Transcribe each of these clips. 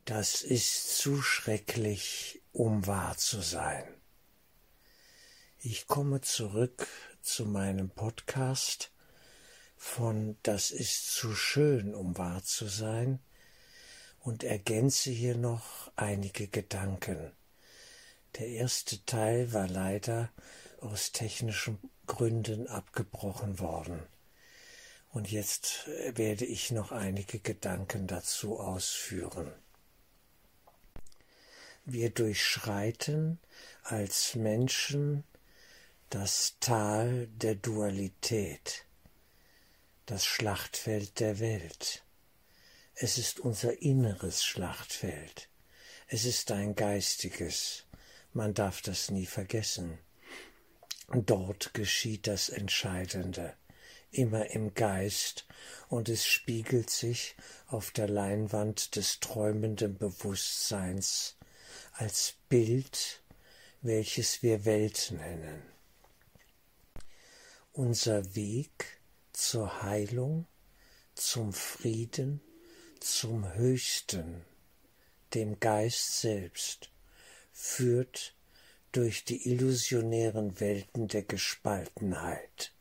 Das ist zu schrecklich, um wahr zu sein. Ich komme zurück zu meinem Podcast von Das ist zu schön, um wahr zu sein und ergänze hier noch einige Gedanken. Der erste Teil war leider aus technischen Gründen abgebrochen worden. Und jetzt werde ich noch einige Gedanken dazu ausführen. Wir durchschreiten als Menschen das Tal der Dualität, das Schlachtfeld der Welt. Es ist unser inneres Schlachtfeld. Es ist ein geistiges. Man darf das nie vergessen. Dort geschieht das Entscheidende, immer im Geist, und es spiegelt sich auf der Leinwand des träumenden Bewusstseins als Bild, welches wir Welt nennen. Unser Weg zur Heilung, zum Frieden, zum Höchsten, dem Geist selbst, führt durch die illusionären Welten der Gespaltenheit.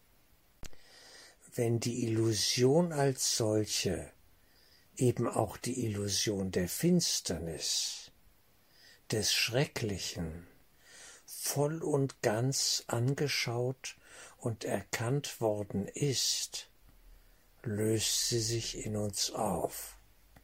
Wenn die Illusion als solche, eben auch die Illusion der Finsternis, des Schrecklichen, voll und ganz angeschaut und erkannt worden ist, löst sie sich in uns auf.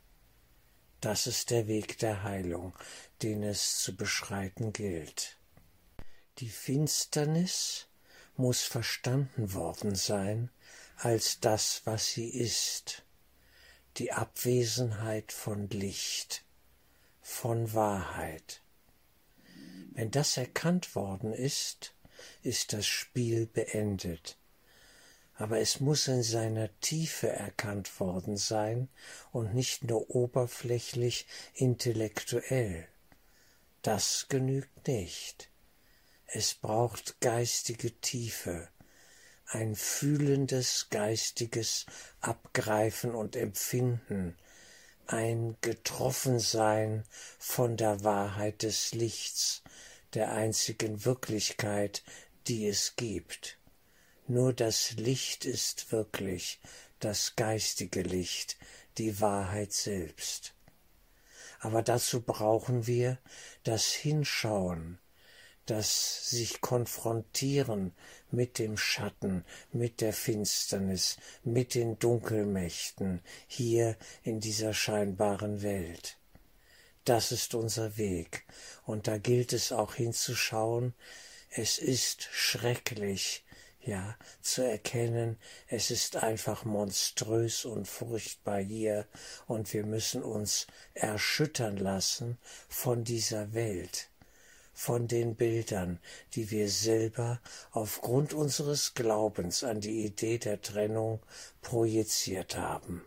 Das ist der Weg der Heilung, den es zu beschreiten gilt. Die Finsternis muss verstanden worden sein als das, was sie ist, die Abwesenheit von Licht, von Wahrheit. Wenn das erkannt worden ist, ist das Spiel beendet. Aber es muss in seiner Tiefe erkannt worden sein und nicht nur oberflächlich intellektuell. Das genügt nicht. Es braucht geistige Tiefe, ein fühlendes geistiges Abgreifen und Empfinden, ein Getroffensein von der Wahrheit des Lichts, der einzigen Wirklichkeit, die es gibt. Nur das Licht ist wirklich das geistige Licht, die Wahrheit selbst. Aber dazu brauchen wir das Hinschauen, das sich konfrontieren mit dem Schatten, mit der Finsternis, mit den Dunkelmächten hier in dieser scheinbaren Welt. Das ist unser Weg, und da gilt es auch hinzuschauen. Es ist schrecklich, ja, zu erkennen, es ist einfach monströs und furchtbar hier, und wir müssen uns erschüttern lassen von dieser Welt, von den Bildern, die wir selber aufgrund unseres Glaubens an die Idee der Trennung projiziert haben.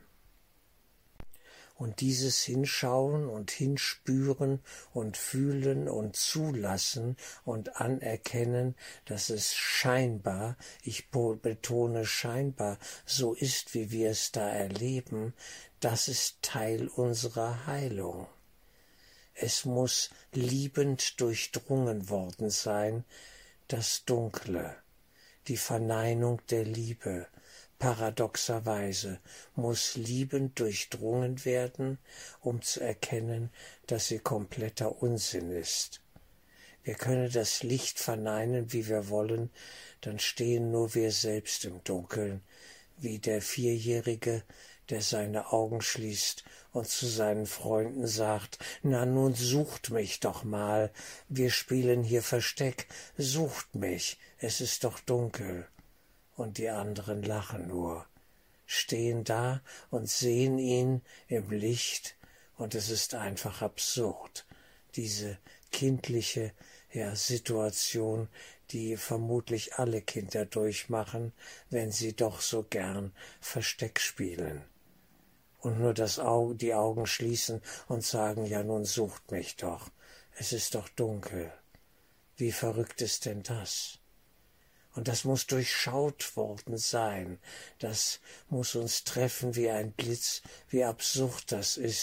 Und dieses Hinschauen und Hinspüren und Fühlen und Zulassen und Anerkennen, dass es scheinbar, ich betone scheinbar, so ist, wie wir es da erleben, das ist Teil unserer Heilung. Es muss liebend durchdrungen worden sein, das Dunkle, die Verneinung der Liebe, paradoxerweise muss liebend durchdrungen werden, um zu erkennen, dass sie kompletter Unsinn ist. Wir können das Licht verneinen, wie wir wollen, dann stehen nur wir selbst im Dunkeln, wie der Vierjährige, der seine Augen schließt und zu seinen Freunden sagt, »Na, nun sucht mich doch mal, wir spielen hier Versteck, sucht mich, es ist doch dunkel.« Und die anderen lachen nur, stehen da und sehen ihn im Licht, und es ist einfach absurd, diese kindliche Situation, die vermutlich alle Kinder durchmachen, wenn sie doch so gern Versteck spielen. Und nur die Augen schließen und sagen, ja, nun sucht mich doch, es ist doch dunkel. Wie verrückt ist denn das? Und das muss durchschaut worden sein, das muss uns treffen wie ein Blitz, wie absurd das ist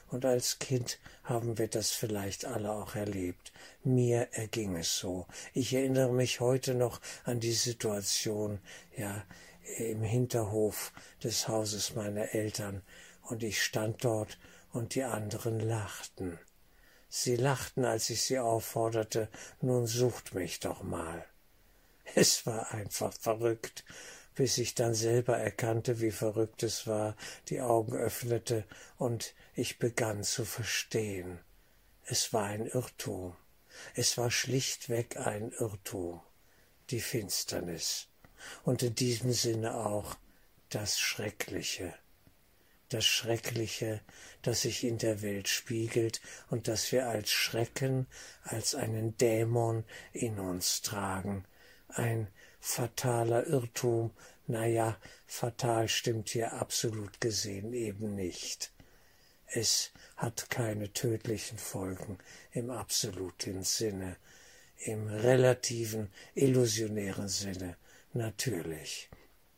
Und als Kind haben wir das vielleicht alle auch erlebt. Mir erging es so. Ich erinnere mich heute noch an die Situation, ja, im Hinterhof des Hauses meiner Eltern. Und ich stand dort und die anderen lachten. Sie lachten, als ich sie aufforderte, nun sucht mich doch mal. Es war einfach verrückt, bis ich dann selber erkannte, wie verrückt es war, die Augen öffnete und ich begann zu verstehen. Es war ein Irrtum. Es war schlichtweg ein Irrtum, die Finsternis. Und in diesem Sinne auch das Schreckliche. Das Schreckliche, das sich in der Welt spiegelt und das wir als Schrecken, als einen Dämon in uns tragen. Ein fataler Irrtum, naja, fatal stimmt hier absolut gesehen eben nicht. Es hat keine tödlichen Folgen im absoluten Sinne, im relativen, illusionären Sinne natürlich.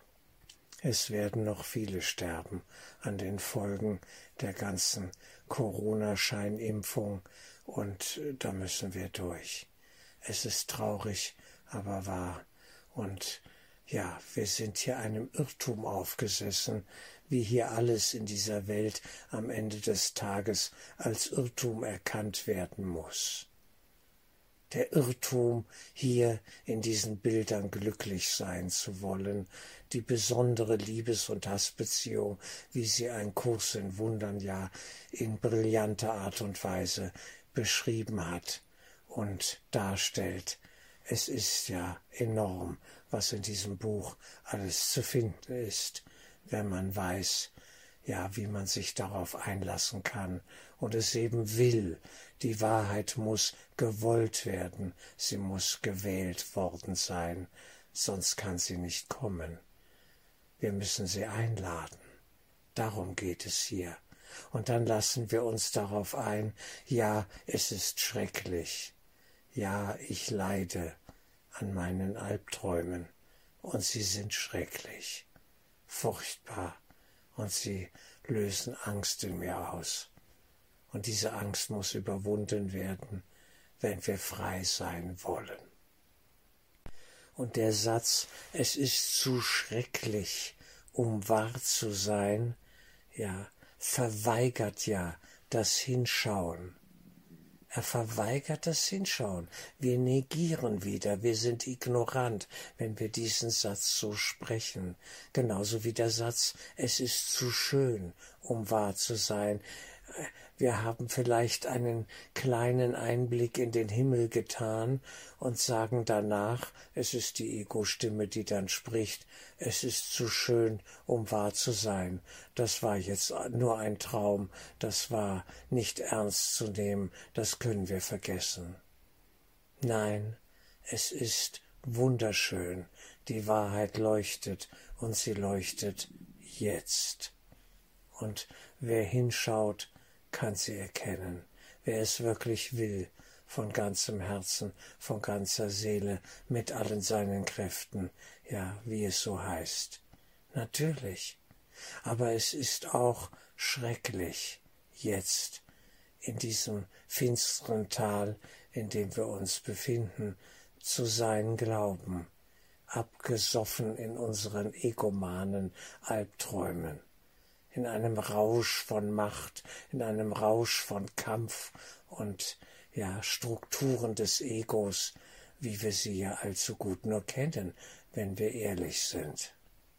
Es werden noch viele sterben an den Folgen der ganzen Corona-Scheinimpfung und da müssen wir durch. Es ist traurig, aber wahr. Und ja, wir sind hier einem Irrtum aufgesessen, wie hier alles in dieser Welt am Ende des Tages als Irrtum erkannt werden muss. Der Irrtum, hier in diesen Bildern glücklich sein zu wollen, die besondere Liebes- und Hassbeziehung, wie sie ein Kurs in Wundern ja in brillanter Art und Weise beschrieben hat und darstellt. Es ist ja enorm, was in diesem Buch alles zu finden ist, wenn man weiß, ja, wie man sich darauf einlassen kann und es eben will. Die Wahrheit muss gewollt werden, sie muss gewählt worden sein, sonst kann sie nicht kommen. Wir müssen sie einladen. Darum geht es hier. Und dann lassen wir uns darauf ein, ja, es ist schrecklich. Ja, ich leide an meinen Albträumen und sie sind schrecklich, furchtbar und sie lösen Angst in mir aus. Und diese Angst muss überwunden werden, wenn wir frei sein wollen. Und der Satz, es ist zu schrecklich, um wahr zu sein, ja, verweigert ja das Hinschauen. Er verweigert das Hinschauen. Wir negieren wieder, wir sind ignorant, wenn wir diesen Satz so sprechen. Genauso wie der Satz, es ist zu schön, um wahr zu sein. Wir haben vielleicht einen kleinen Einblick in den Himmel getan und sagen danach, es ist die Ego-Stimme, die dann spricht, es ist zu schön, um wahr zu sein. Das war jetzt nur ein Traum, das war nicht ernst zu nehmen, das können wir vergessen. Nein, es ist wunderschön, die Wahrheit leuchtet und sie leuchtet jetzt. Und wer hinschaut, kann sie erkennen, wer es wirklich will, von ganzem Herzen, von ganzer Seele, mit allen seinen Kräften, ja, wie es so heißt. Natürlich, aber es ist auch schrecklich, jetzt, in diesem finsteren Tal, in dem wir uns befinden, zu sein glauben, abgesoffen in unseren egomanen Albträumen, in einem Rausch von Macht, in einem Rausch von Kampf und ja Strukturen des Egos, wie wir sie ja allzu gut nur kennen, wenn wir ehrlich sind.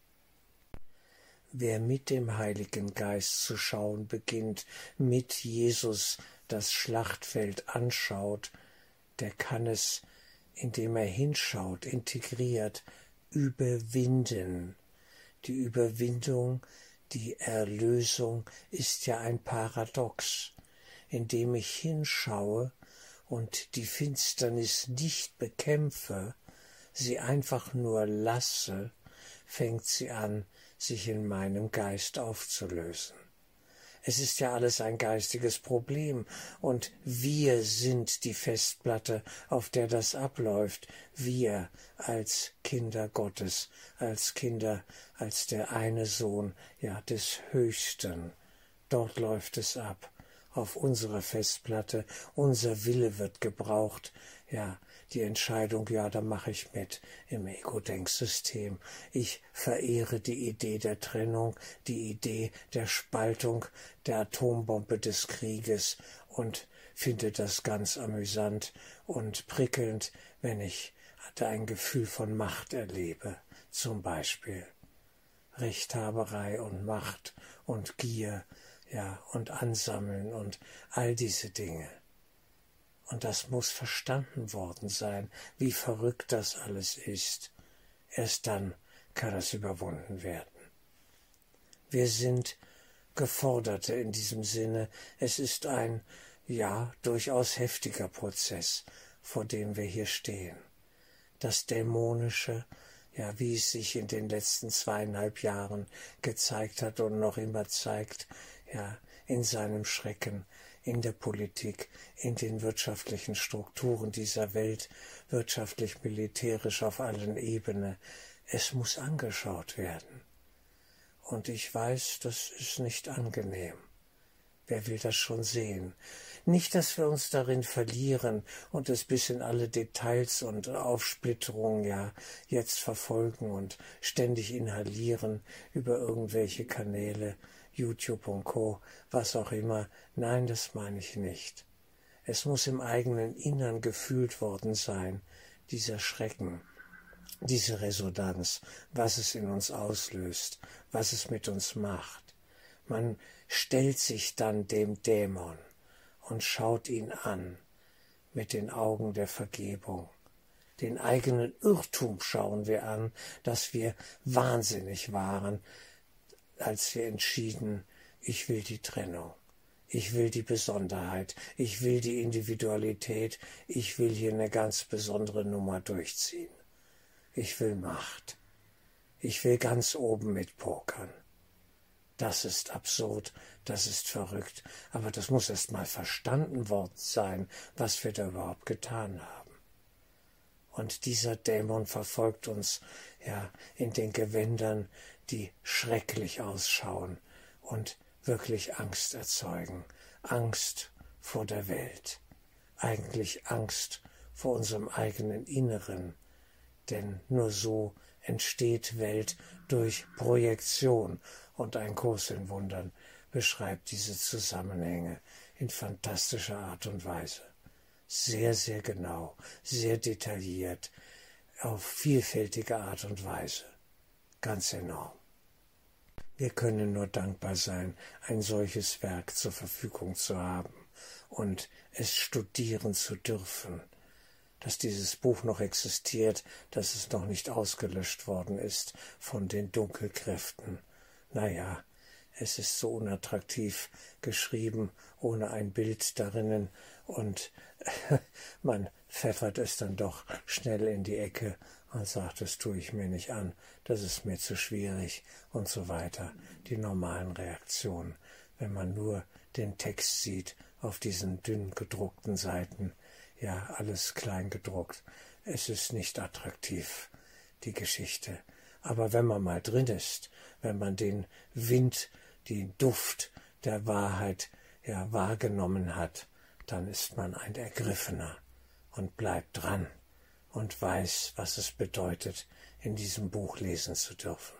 Wer mit dem Heiligen Geist zu schauen beginnt, mit Jesus das Schlachtfeld anschaut, der kann es, indem er hinschaut, integriert, überwinden. Die Überwindung, die Erlösung ist ja ein Paradox. Indem ich hinschaue und die Finsternis nicht bekämpfe, sie einfach nur lasse, fängt sie an, sich in meinem Geist aufzulösen. Es ist ja alles ein geistiges Problem und wir sind die Festplatte, auf der das abläuft. Wir als Kinder Gottes, als Kinder, als der eine Sohn, ja, des Höchsten. Dort läuft es ab auf unserer Festplatte, unser Wille wird gebraucht, ja, die Entscheidung, ja, da mache ich mit im Ego-Denksystem. Ich verehre die Idee der Trennung, die Idee der Spaltung, der Atombombe des Krieges und finde das ganz amüsant und prickelnd, wenn ich da ein Gefühl von Macht erlebe, zum Beispiel Rechthaberei und Macht und Gier, ja, und Ansammeln und all diese Dinge. Und das muss verstanden worden sein, wie verrückt das alles ist. Erst dann kann es überwunden werden. Wir sind Geforderte in diesem Sinne. Es ist ein, ja, durchaus heftiger Prozess, vor dem wir hier stehen. Das Dämonische, ja, wie es sich in den letzten 2,5 Jahren gezeigt hat und noch immer zeigt, ja, in seinem Schrecken, in der Politik, in den wirtschaftlichen Strukturen dieser Welt, wirtschaftlich, militärisch auf allen Ebenen. Es muss angeschaut werden. Und ich weiß, das ist nicht angenehm. Wer will das schon sehen? Nicht, dass wir uns darin verlieren und es bis in alle Details und Aufsplitterungen ja jetzt verfolgen und ständig inhalieren über irgendwelche Kanäle, YouTube und Co., was auch immer. Nein, das meine ich nicht. Es muss im eigenen Innern gefühlt worden sein, dieser Schrecken, diese Resonanz, was es in uns auslöst, was es mit uns macht. Man stellt sich dann dem Dämon und schaut ihn an mit den Augen der Vergebung. Den eigenen Irrtum schauen wir an, dass wir wahnsinnig waren, als wir entschieden, ich will die Trennung, ich will die Besonderheit, ich will die Individualität, ich will hier eine ganz besondere Nummer durchziehen. Ich will Macht, ich will ganz oben mitpokern. Das ist absurd, das ist verrückt, aber das muss erst mal verstanden worden sein, was wir da überhaupt getan haben. Und dieser Dämon verfolgt uns ja in den Gewändern, die schrecklich ausschauen und wirklich Angst erzeugen. Angst vor der Welt. Eigentlich Angst vor unserem eigenen Inneren. Denn nur so entsteht Welt durch Projektion. Und ein Kurs in Wundern beschreibt diese Zusammenhänge in fantastischer Art und Weise. Sehr, sehr genau, sehr detailliert, auf vielfältige Art und Weise. Ganz enorm. Wir können nur dankbar sein, ein solches Werk zur Verfügung zu haben und es studieren zu dürfen. Dass dieses Buch noch existiert, dass es noch nicht ausgelöscht worden ist von den Dunkelkräften. Naja, es ist so unattraktiv geschrieben, ohne ein Bild darinnen, und man pfeffert es dann doch schnell in die Ecke und sagt, das tue ich mir nicht an, das ist mir zu schwierig und so weiter. Die normalen Reaktionen, wenn man nur den Text sieht auf diesen dünn gedruckten Seiten, ja, alles klein gedruckt. Es ist nicht attraktiv, die Geschichte. Aber wenn man mal drin ist, wenn man den Wind, den Duft der Wahrheit ja wahrgenommen hat, dann ist man ein Ergriffener und bleibt dran und weiß, was es bedeutet, in diesem Buch lesen zu dürfen.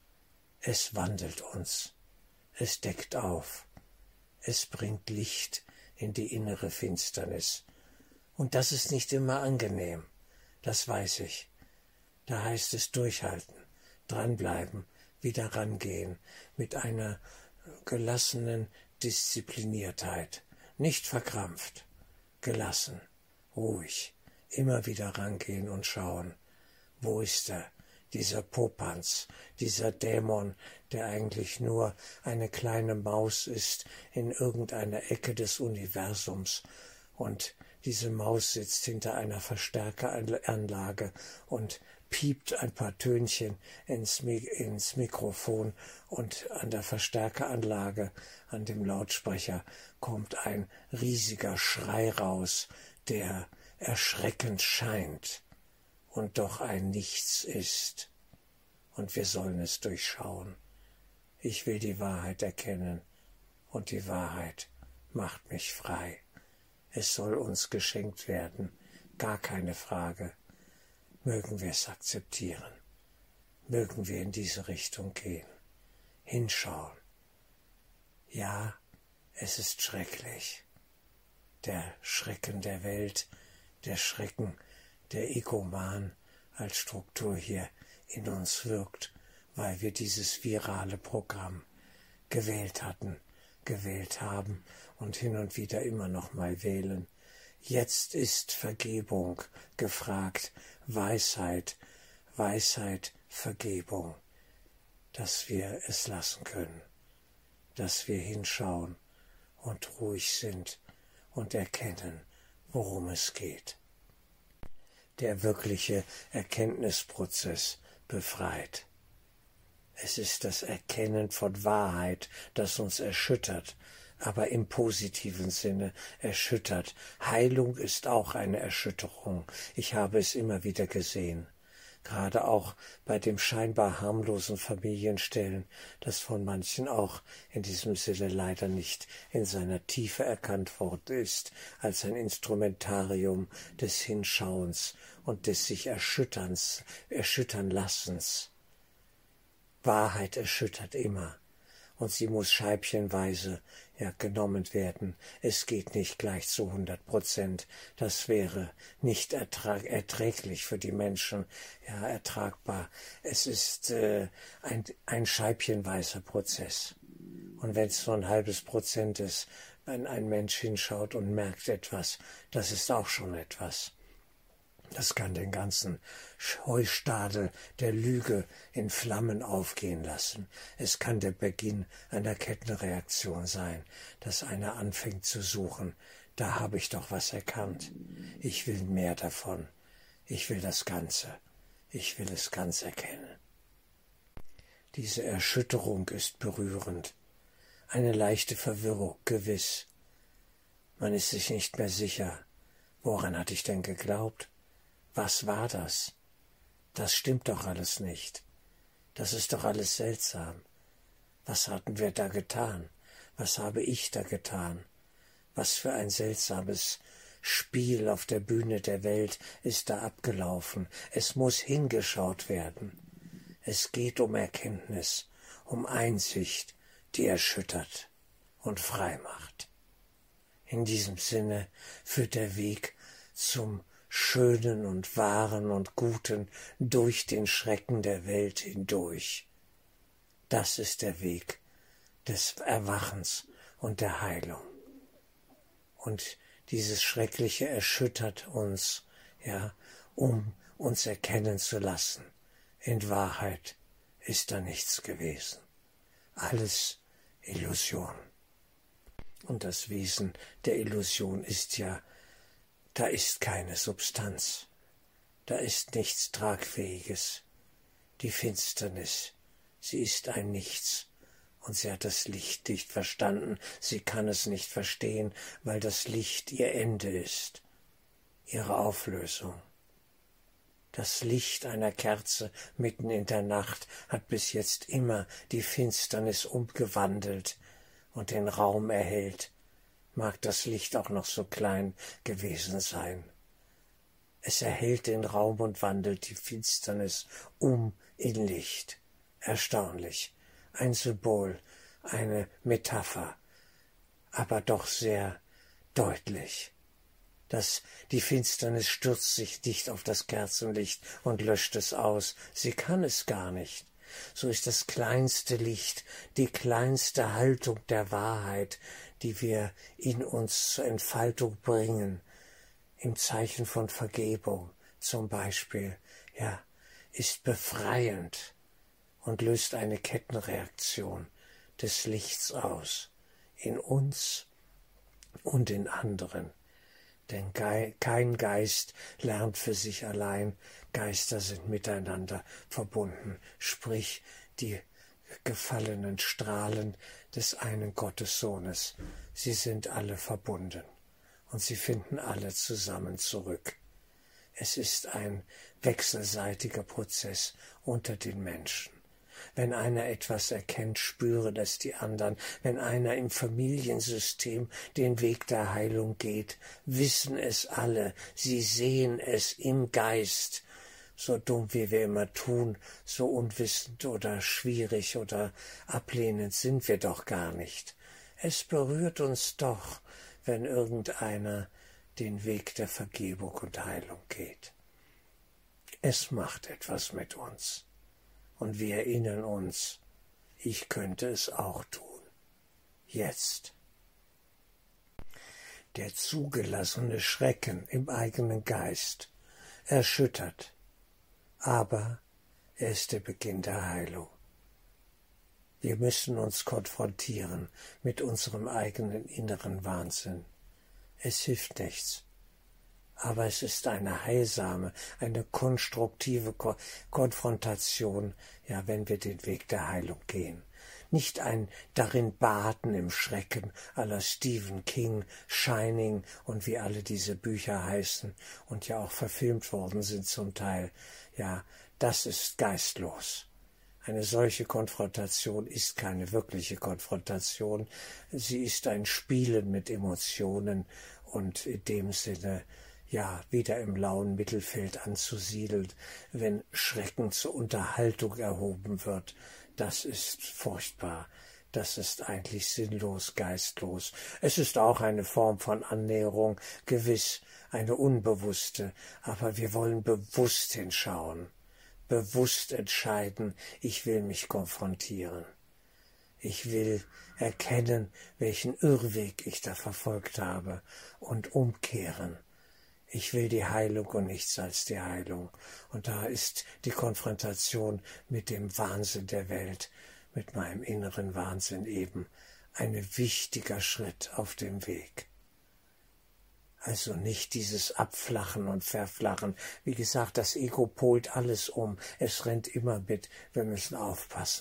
Es wandelt uns, es deckt auf, es bringt Licht in die innere Finsternis. Und das ist nicht immer angenehm, das weiß ich. Da heißt es durchhalten, dranbleiben, wieder rangehen, mit einer gelassenen Diszipliniertheit, nicht verkrampft, gelassen, ruhig, immer wieder rangehen und schauen, wo ist er, dieser Popanz, dieser Dämon, der eigentlich nur eine kleine Maus ist in irgendeiner Ecke des Universums, und diese Maus sitzt hinter einer Verstärkeranlage und piept ein paar Tönchen ins Mikrofon, und an der Verstärkeranlage, an dem Lautsprecher, kommt ein riesiger Schrei raus, der erschreckend scheint und doch ein Nichts ist. Und wir sollen es durchschauen. Ich will die Wahrheit erkennen, und die Wahrheit macht mich frei. Es soll uns geschenkt werden, gar keine Frage. Mögen wir es akzeptieren, mögen wir in diese Richtung gehen, hinschauen. Ja, es ist schrecklich. Der Schrecken der Welt, der Schrecken der Egoman als Struktur hier in uns wirkt, weil wir dieses virale Programm gewählt haben und hin und wieder immer noch mal wählen. Jetzt ist Vergebung gefragt, Weisheit, Vergebung, dass wir es lassen können, dass wir hinschauen und ruhig sind und erkennen, worum es geht. Der wirkliche Erkenntnisprozess befreit. Es ist das Erkennen von Wahrheit, das uns erschüttert, aber im positiven Sinne erschüttert. Heilung ist auch eine Erschütterung. Ich habe es immer wieder gesehen. Gerade auch bei dem scheinbar harmlosen Familienstellen, das von manchen auch in diesem Sinne leider nicht in seiner Tiefe erkannt worden ist, als ein Instrumentarium des Hinschauens und des sich erschüttern Lassens. Wahrheit erschüttert immer, und sie muss scheibchenweise genommen werden. Es geht nicht gleich zu 100%. Das wäre nicht erträglich für die Menschen, ertragbar. Es ist ein scheibchenweiser Prozess. Und wenn es nur ein halbes Prozent ist, wenn ein Mensch hinschaut und merkt etwas, das ist auch schon etwas. Das kann den ganzen Heustadel der Lüge in Flammen aufgehen lassen. Es kann der Beginn einer Kettenreaktion sein, dass einer anfängt zu suchen. Da habe ich doch was erkannt. Ich will mehr davon. Ich will das Ganze. Ich will es ganz erkennen. Diese Erschütterung ist berührend. Eine leichte Verwirrung, gewiss. Man ist sich nicht mehr sicher. Woran hatte ich denn geglaubt? Was war das? Das stimmt doch alles nicht. Das ist doch alles seltsam. Was hatten wir da getan? Was habe ich da getan? Was für ein seltsames Spiel auf der Bühne der Welt ist da abgelaufen. Es muss hingeschaut werden. Es geht um Erkenntnis, um Einsicht, die erschüttert und frei macht. In diesem Sinne führt der Weg zum Schönen und Wahren und Guten durch den Schrecken der Welt hindurch. Das ist der Weg des Erwachens und der Heilung. Und dieses Schreckliche erschüttert uns, um uns erkennen zu lassen. In Wahrheit ist da nichts gewesen. Alles Illusion. Und das Wesen der Illusion ist da ist keine Substanz, da ist nichts Tragfähiges. Die Finsternis, sie ist ein Nichts, und sie hat das Licht nicht verstanden, sie kann es nicht verstehen, weil das Licht ihr Ende ist, ihre Auflösung. Das Licht einer Kerze mitten in der Nacht hat bis jetzt immer die Finsternis umgewandelt und den Raum erhellt. Mag das Licht auch noch so klein gewesen sein. Es erhellt den Raum und wandelt die Finsternis um in Licht. Erstaunlich. Ein Symbol, eine Metapher, aber doch sehr deutlich. Die Finsternis stürzt sich nicht auf das Kerzenlicht und löscht es aus. Sie kann es gar nicht. So ist das kleinste Licht, die kleinste Haltung der Wahrheit, die wir in uns zur Entfaltung bringen, im Zeichen von Vergebung zum Beispiel, ist befreiend und löst eine Kettenreaktion des Lichts aus, in uns und in anderen. Denn kein Geist lernt für sich allein, Geister sind miteinander verbunden, sprich die gefallenen Strahlen des einen Gottessohnes. Sie sind alle verbunden und sie finden alle zusammen zurück. Es ist ein wechselseitiger Prozess unter den Menschen. Wenn einer etwas erkennt, spüren es die anderen. Wenn einer im Familiensystem den Weg der Heilung geht, wissen es alle. Sie sehen es im Geist. So dumm, wie wir immer tun, so unwissend oder schwierig oder ablehnend sind wir doch gar nicht. Es berührt uns doch, wenn irgendeiner den Weg der Vergebung und Heilung geht. Es macht etwas mit uns. Und wir erinnern uns, ich könnte es auch tun. Jetzt. Der zugelassene Schrecken im eigenen Geist erschüttert, aber er ist der Beginn der Heilung. Wir müssen uns konfrontieren mit unserem eigenen inneren Wahnsinn. Es hilft nichts. Aber es ist eine heilsame, eine konstruktive Konfrontation, ja, wenn wir den Weg der Heilung gehen. Nicht ein darin baden im Schrecken à la Stephen King, Shining und wie alle diese Bücher heißen und ja auch verfilmt worden sind zum Teil. Ja, das ist geistlos. Eine solche Konfrontation ist keine wirkliche Konfrontation. Sie ist ein Spielen mit Emotionen und in dem Sinne ja, wieder im lauen Mittelfeld anzusiedeln, wenn Schrecken zur Unterhaltung erhoben wird. Das ist furchtbar. Das ist eigentlich sinnlos, geistlos. Es ist auch eine Form von Annäherung, gewiss, eine unbewusste, aber wir wollen bewusst hinschauen, bewusst entscheiden, ich will mich konfrontieren. Ich will erkennen, welchen Irrweg ich da verfolgt habe und umkehren. Ich will die Heilung und nichts als die Heilung. Und da ist die Konfrontation mit dem Wahnsinn der Welt, mit meinem inneren Wahnsinn eben, ein wichtiger Schritt auf dem Weg. Also nicht dieses Abflachen und Verflachen. Wie gesagt, das Ego polt alles um. Es rennt immer mit. Wir müssen aufpassen.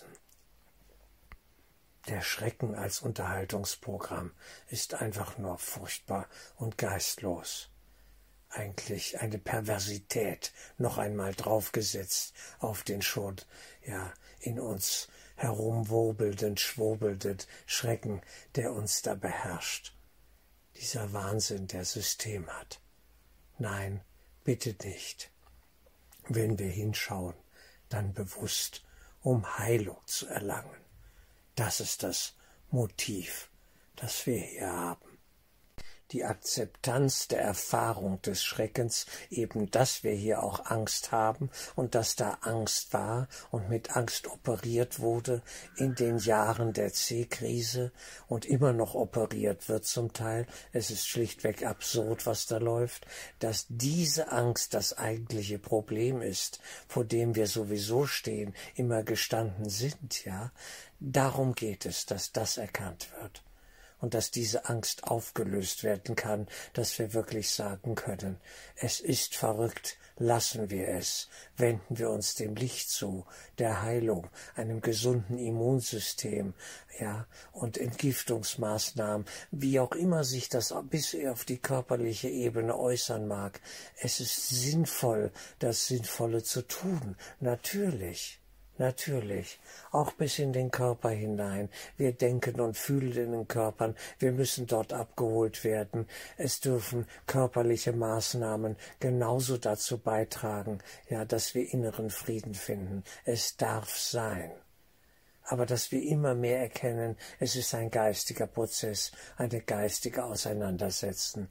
Der Schrecken als Unterhaltungsprogramm ist einfach nur furchtbar und geistlos. Eigentlich eine Perversität noch einmal draufgesetzt auf den schon ja in uns herumwurbelnden, schwurbelnden Schrecken, der uns da beherrscht. Dieser Wahnsinn, der System hat. Nein, bitte nicht. Wenn wir hinschauen, dann bewusst, um Heilung zu erlangen. Das ist das Motiv, das wir hier haben. Die Akzeptanz der Erfahrung des Schreckens, eben dass wir hier auch Angst haben und dass da Angst war und mit Angst operiert wurde in den Jahren der C-Krise und immer noch operiert wird zum Teil. Es ist schlichtweg absurd, was da läuft, dass diese Angst das eigentliche Problem ist, vor dem wir sowieso stehen, immer gestanden sind, ja. Darum geht es, dass das erkannt wird. Und dass diese Angst aufgelöst werden kann, dass wir wirklich sagen können, es ist verrückt, lassen wir es, wenden wir uns dem Licht zu, der Heilung, einem gesunden Immunsystem, ja, und Entgiftungsmaßnahmen, wie auch immer sich das bis auf die körperliche Ebene äußern mag. Es ist sinnvoll, das Sinnvolle zu tun, natürlich. Natürlich, auch bis in den Körper hinein. Wir denken und fühlen in den Körpern, wir müssen dort abgeholt werden. Es dürfen körperliche Maßnahmen genauso dazu beitragen, ja, dass wir inneren Frieden finden. Es darf sein. Aber dass wir immer mehr erkennen, es ist ein geistiger Prozess, eine geistige Auseinandersetzung.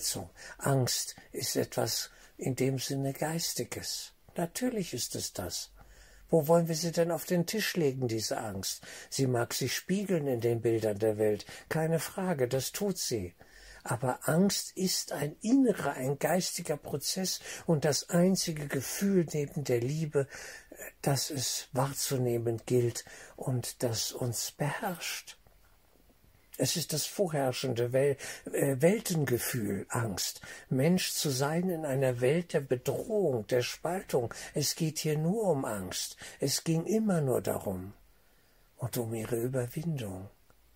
Angst ist etwas in dem Sinne Geistiges. Natürlich ist es das. Wo wollen wir sie denn auf den Tisch legen, diese Angst? Sie mag sich spiegeln in den Bildern der Welt, keine Frage, das tut sie. Aber Angst ist ein innerer, ein geistiger Prozess und das einzige Gefühl neben der Liebe, das es wahrzunehmen gilt und das uns beherrscht. Es ist das vorherrschende Weltengefühl, Angst. Mensch zu sein in einer Welt der Bedrohung, der Spaltung. Es geht hier nur um Angst. Es ging immer nur darum. Und um ihre Überwindung.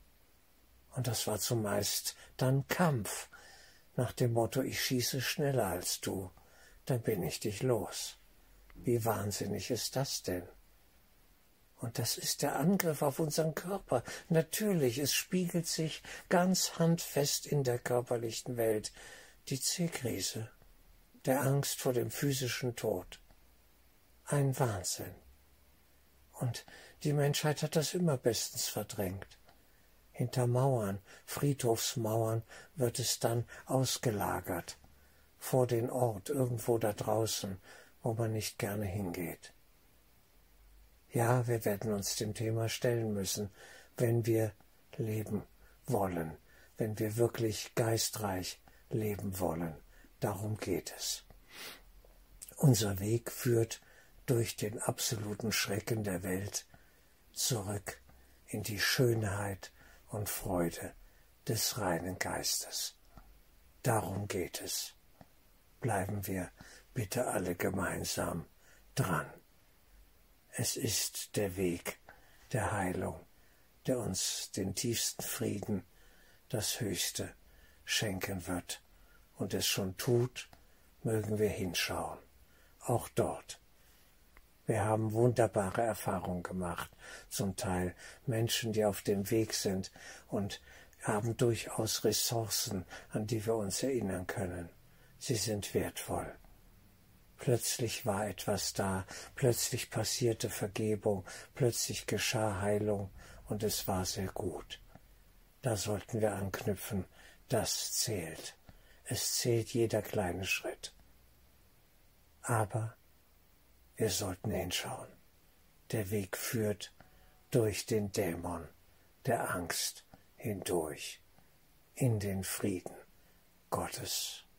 Und das war zumeist dann Kampf. Nach dem Motto, ich schieße schneller als du. Dann bin ich dich los. Wie wahnsinnig ist das denn? Und das ist der Angriff auf unseren Körper. Natürlich, es spiegelt sich ganz handfest in der körperlichen Welt. Die C-Krise, der Angst vor dem physischen Tod. Ein Wahnsinn. Und die Menschheit hat das immer bestens verdrängt. Hinter Mauern, Friedhofsmauern wird es dann ausgelagert. Vor den Ort, irgendwo da draußen, wo man nicht gerne hingeht. Ja, wir werden uns dem Thema stellen müssen, wenn wir leben wollen, wenn wir wirklich geistreich leben wollen. Darum geht es. Unser Weg führt durch den absoluten Schrecken der Welt zurück in die Schönheit und Freude des reinen Geistes. Darum geht es. Bleiben wir bitte alle gemeinsam dran. Es ist der Weg der Heilung, der uns den tiefsten Frieden, das Höchste, schenken wird und es schon tut, mögen wir hinschauen, auch dort. Wir haben wunderbare Erfahrungen gemacht, zum Teil Menschen, die auf dem Weg sind und haben durchaus Ressourcen, an die wir uns erinnern können. Sie sind wertvoll. Plötzlich war etwas da, plötzlich passierte Vergebung, plötzlich geschah Heilung und es war sehr gut. Da sollten wir anknüpfen, das zählt. Es zählt jeder kleine Schritt. Aber wir sollten hinschauen. Der Weg führt durch den Dämon der Angst hindurch in den Frieden Gottes.